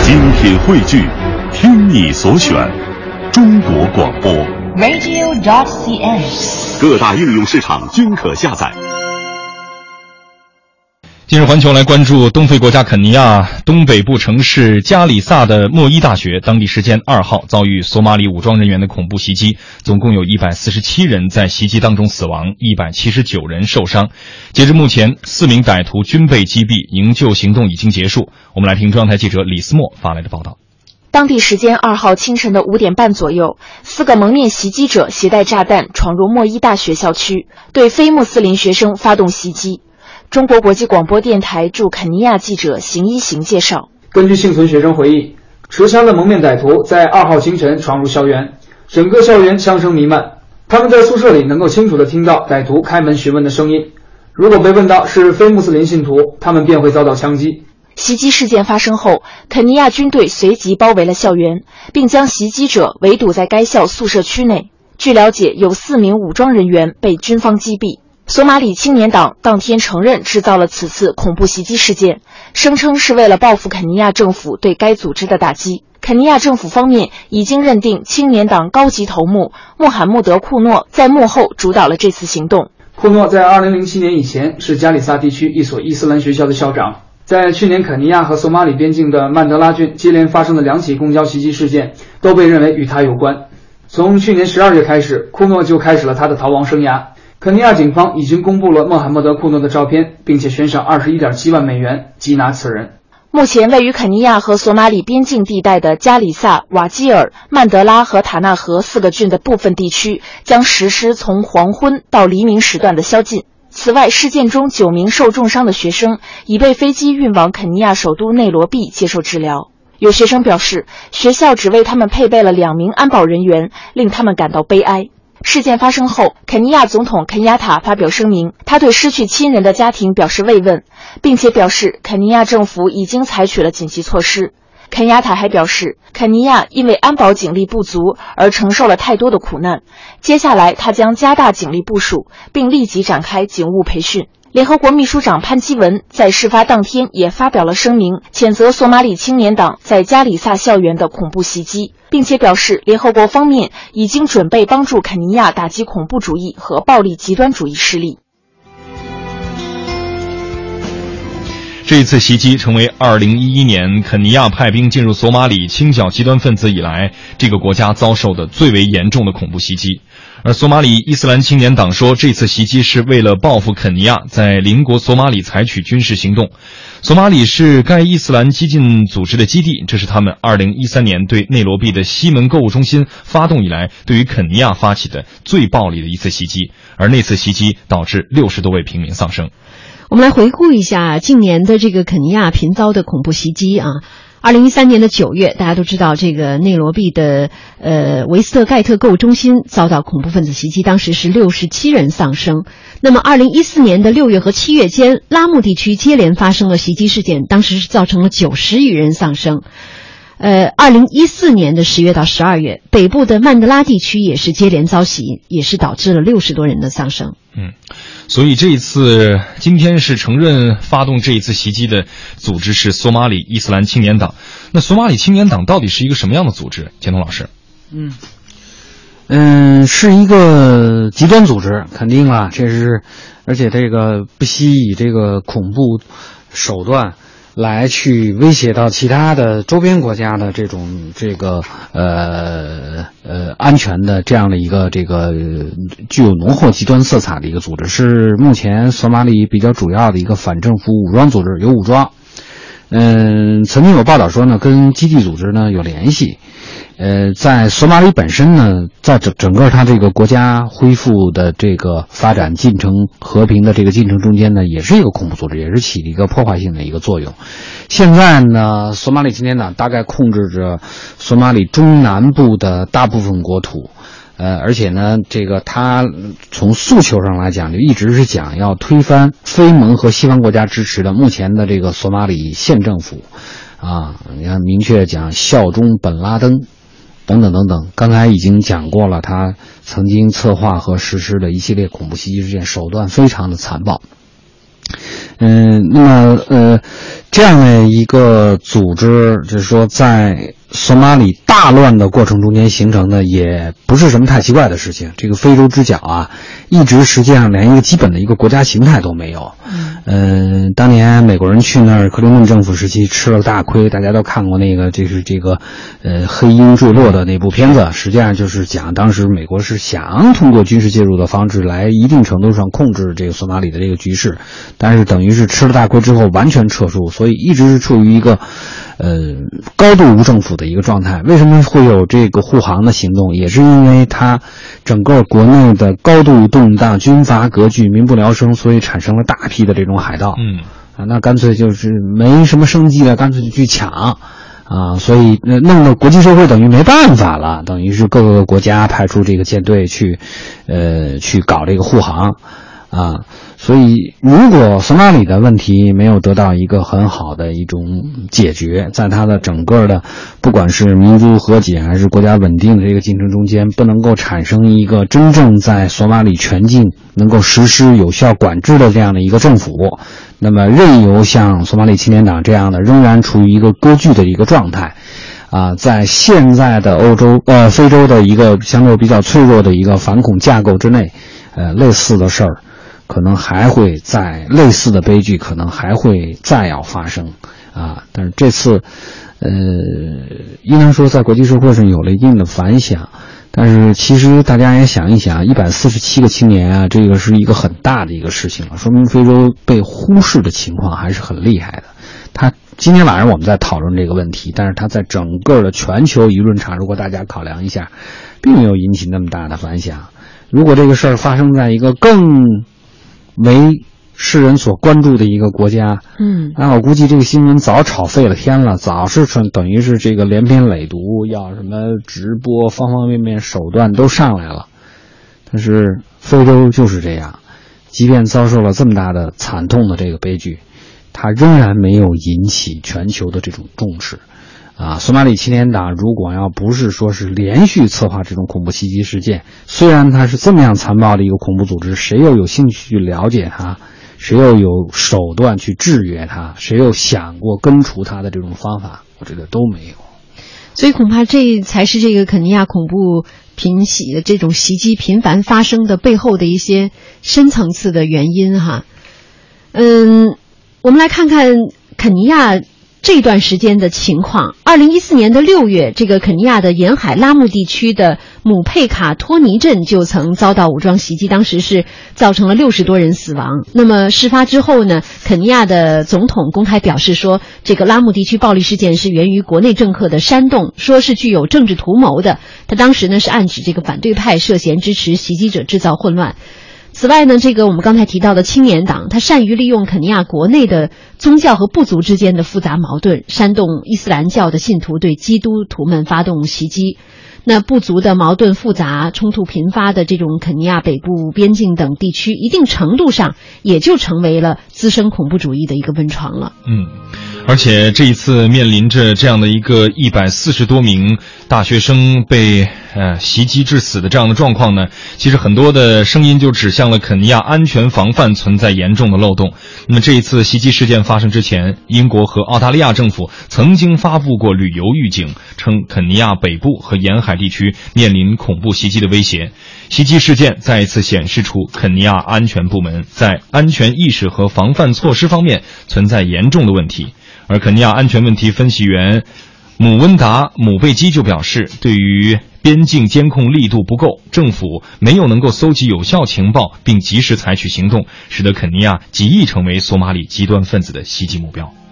精品汇聚，听你所选，中国广播 radio.cn， 各大应用市场均可下载。 今日环球来关注东非国家肯尼亚东北部城市加里萨的莫伊大学，当地时间2号遭遇索马里武装人员的恐怖袭击，总共有147人在袭击当中死亡，179人受伤。截至目前，4名歹徒均被击毙，营救行动已经结束。我们来听中央台记者李思墨发来的报道。 当地时间2号清晨的5点半左右，4个蒙面袭击者携带炸弹闯入莫伊大学校区，对非穆斯林学生发动袭击。中国国际广播电台驻肯尼亚记者邢一行介绍， 根据幸存学生回忆，持枪的蒙面歹徒在2号清晨闯入校园，整个校园枪声弥漫，他们在宿舍里能够清楚地听到歹徒开门询问的声音，如果被问到是非穆斯林信徒，他们便会遭到枪击。 袭击事件发生后，肯尼亚军队随即包围了校园，并将袭击者围堵在该校宿舍区内。据了解，有4名武装人员被军方击毙。索马里青年党当天承认制造了此次恐怖袭击事件，声称是为了报复肯尼亚政府对该组织的打击。肯尼亚政府方面已经认定青年党高级头目穆罕默德·库诺在幕后主导了这次行动。 库诺在2007年以前是加里萨地区一所伊斯兰学校的校长。在去年肯尼亚和索马里边境的曼德拉郡接连发生的2起公交袭击事件都被认为与他有关。从去年12月开始，库诺就开始了他的逃亡生涯。肯尼亚警方已经公布了穆罕默德·库诺的照片，并且悬赏21.7万美元缉拿此人。 目前位于肯尼亚和索马里边境地带的加里萨、瓦基尔、曼德拉和塔纳河4个郡的部分地区将实施从黄昏到黎明时段的宵禁。此外，事件中9名受重伤的学生已被飞机运往肯尼亚首都内罗毕接受治疗。有学生表示，学校只为他们配备了2名安保人员，令他们感到悲哀。事件发生后，肯尼亚总统肯亚塔发表声明，他对失去亲人的家庭表示慰问，并且表示肯尼亚政府已经采取了紧急措施。肯亚塔还表示，肯尼亚因为安保警力不足而承受了太多的苦难，接下来他将加大警力部署，并立即展开警务培训。联合国秘书长潘基文在事发当天也发表了声明，谴责索马里青年党在加里萨校园的恐怖袭击，并且表示联合国方面已经准备帮助肯尼亚打击恐怖主义和暴力极端主义势力。 这一次袭击成为2011年肯尼亚派兵进入索马里清剿极端分子以来，这个国家遭受的最为严重的恐怖袭击。而索马里伊斯兰青年党说，这次袭击是为了报复肯尼亚在邻国索马里采取军事行动。索马里是该伊斯兰激进组织的基地，这是他们2013年对内罗毕的西门购物中心发动以来对于肯尼亚发起的最暴力的一次袭击，而那次袭击导致60多位平民丧生。 我们来回顾一下近年的这个肯尼亚频遭的恐怖袭击啊。2013年的9月，大家都知道这个内罗毕的维斯特盖特购物中心遭到恐怖分子袭击，当时是67人丧生。那么2014年的6月和7月间，拉木地区接连发生了袭击事件，当时是造成了90余人丧生。2014年的10月到12月，北部的曼德拉地区也是接连遭袭，也是导致了60多人的丧生。 所以这一次今天是承认发动这一次袭击的组织是索马里伊斯兰青年党。那索马里青年党到底是一个什么样的组织？钱彤老师。 是一个极端组织，肯定啊，这是，而且这个不惜以这个恐怖手段来去威胁到其他的周边国家的这种安全的这样的一个具有浓厚极端色彩的一个组织，是目前索马里比较主要的一个反政府武装组织，有武装。曾经有报道说呢，跟基地组织呢有联系。在索马里本身呢，在整个它这个国家恢复的这个发展进程、和平的这个进程中间呢，也是一个恐怖组织，也是起了一个破坏性的一个作用。现在呢，索马里青年党大概控制着索马里中南部的大部分国土，而且呢，这个他从诉求上来讲，就一直是讲要推翻非盟和西方国家支持的目前的这个索马里县政府，你看明确讲效忠本拉登。等等等等，刚才已经讲过了，他曾经策划和实施的一系列恐怖袭击事件，手段非常的残暴。 那么这样的一个组织，就是说在索马里大乱的过程中间形成的，也不是什么太奇怪的事情。这个非洲之角啊，一直实际上连一个基本的一个国家形态都没有。当年美国人去那儿，克林顿政府时期吃了大亏，大家都看过那个就是这个黑鹰坠落的那部片子，实际上就是讲当时美国是想通过军事介入的方式来一定程度上控制这个索马里的这个局势，但是等于是吃了大亏之后完全撤出，所以一直是处于一个高度无政府的一个状态。为什么会有这个护航的行动，也是因为它整个国内的高度动荡，军阀割据，民不聊生，所以产生了大批的这种海盗。那干脆就是没什么生机了，干脆就去抢所以弄得国际社会等于没办法了，等于是各个国家派出这个舰队去搞这个护航所以如果索马里的问题没有得到一个很好的一种解决，在它的整个的不管是民族和解还是国家稳定的这个进程中间，不能够产生一个真正在索马里全境能够实施有效管制的这样的一个政府，那么任由像索马里青年党这样的仍然处于一个割据的一个状态在现在的非洲的一个相对比较脆弱的一个反恐架构之内，类似的事儿可能还会类似的悲剧可能还会再要发生但是这次应当说在国际社会上有了一定的反响，但是其实大家也想一想，147个青年这个是一个很大的一个事情了，说明非洲被忽视的情况还是很厉害的。他今天晚上我们在讨论这个问题，但是他在整个的全球舆论场，如果大家考量一下，并没有引起那么大的反响。如果这个事儿发生在一个更为世人所关注的一个国家，那我估计这个新闻早炒沸了天了，早是等于是这个连篇累牍，要什么直播，方方面面手段都上来了。但是非洲就是这样，即便遭受了这么大的惨痛的这个悲剧，它仍然没有引起全球的这种重视。索马里青年党如果要不是说是连续策划这种恐怖袭击事件，虽然它是这么样残暴的一个恐怖组织，谁又有兴趣去了解它，谁又有手段去制约它，谁又想过根除它的这种方法，我觉得都没有。 所以恐怕这才是这个肯尼亚恐怖这种袭击频繁发生的背后的一些深层次的原因我们来看看肯尼亚这段时间的情况。2014年的6月，这个肯尼亚的沿海拉木地区的姆佩卡托尼镇就曾遭到武装袭击，当时是造成了60多人死亡。那么事发之后呢，肯尼亚的总统公开表示说，这个拉木地区暴力事件是源于国内政客的煽动，说是具有政治图谋的。他当时呢是暗指这个反对派涉嫌支持袭击者制造混乱。此外呢，这个我们刚才提到的青年党，他善于利用肯尼亚国内的宗教和部族之间的复杂矛盾，煽动伊斯兰教的信徒对基督徒们发动袭击。那部族的矛盾复杂、冲突频发的这种肯尼亚北部边境等地区，一定程度上也就成为了滋生恐怖主义的一个温床了。 而且这一次面临着这样的一个140多名大学生被袭击致死的这样的状况呢，其实很多的声音就指向了肯尼亚安全防范存在严重的漏洞。那么这一次袭击事件发生之前，英国和澳大利亚政府曾经发布过旅游预警，称肯尼亚北部和沿海地区面临恐怖袭击的威胁。袭击事件再一次显示出肯尼亚安全部门在安全意识和防范措施方面存在严重的问题。而肯尼亚安全问题分析员姆温达姆贝基就表示，对于边境监控力度不够，政府没有能够搜集有效情报并及时采取行动，使得肯尼亚极易成为索马里极端分子的袭击目标。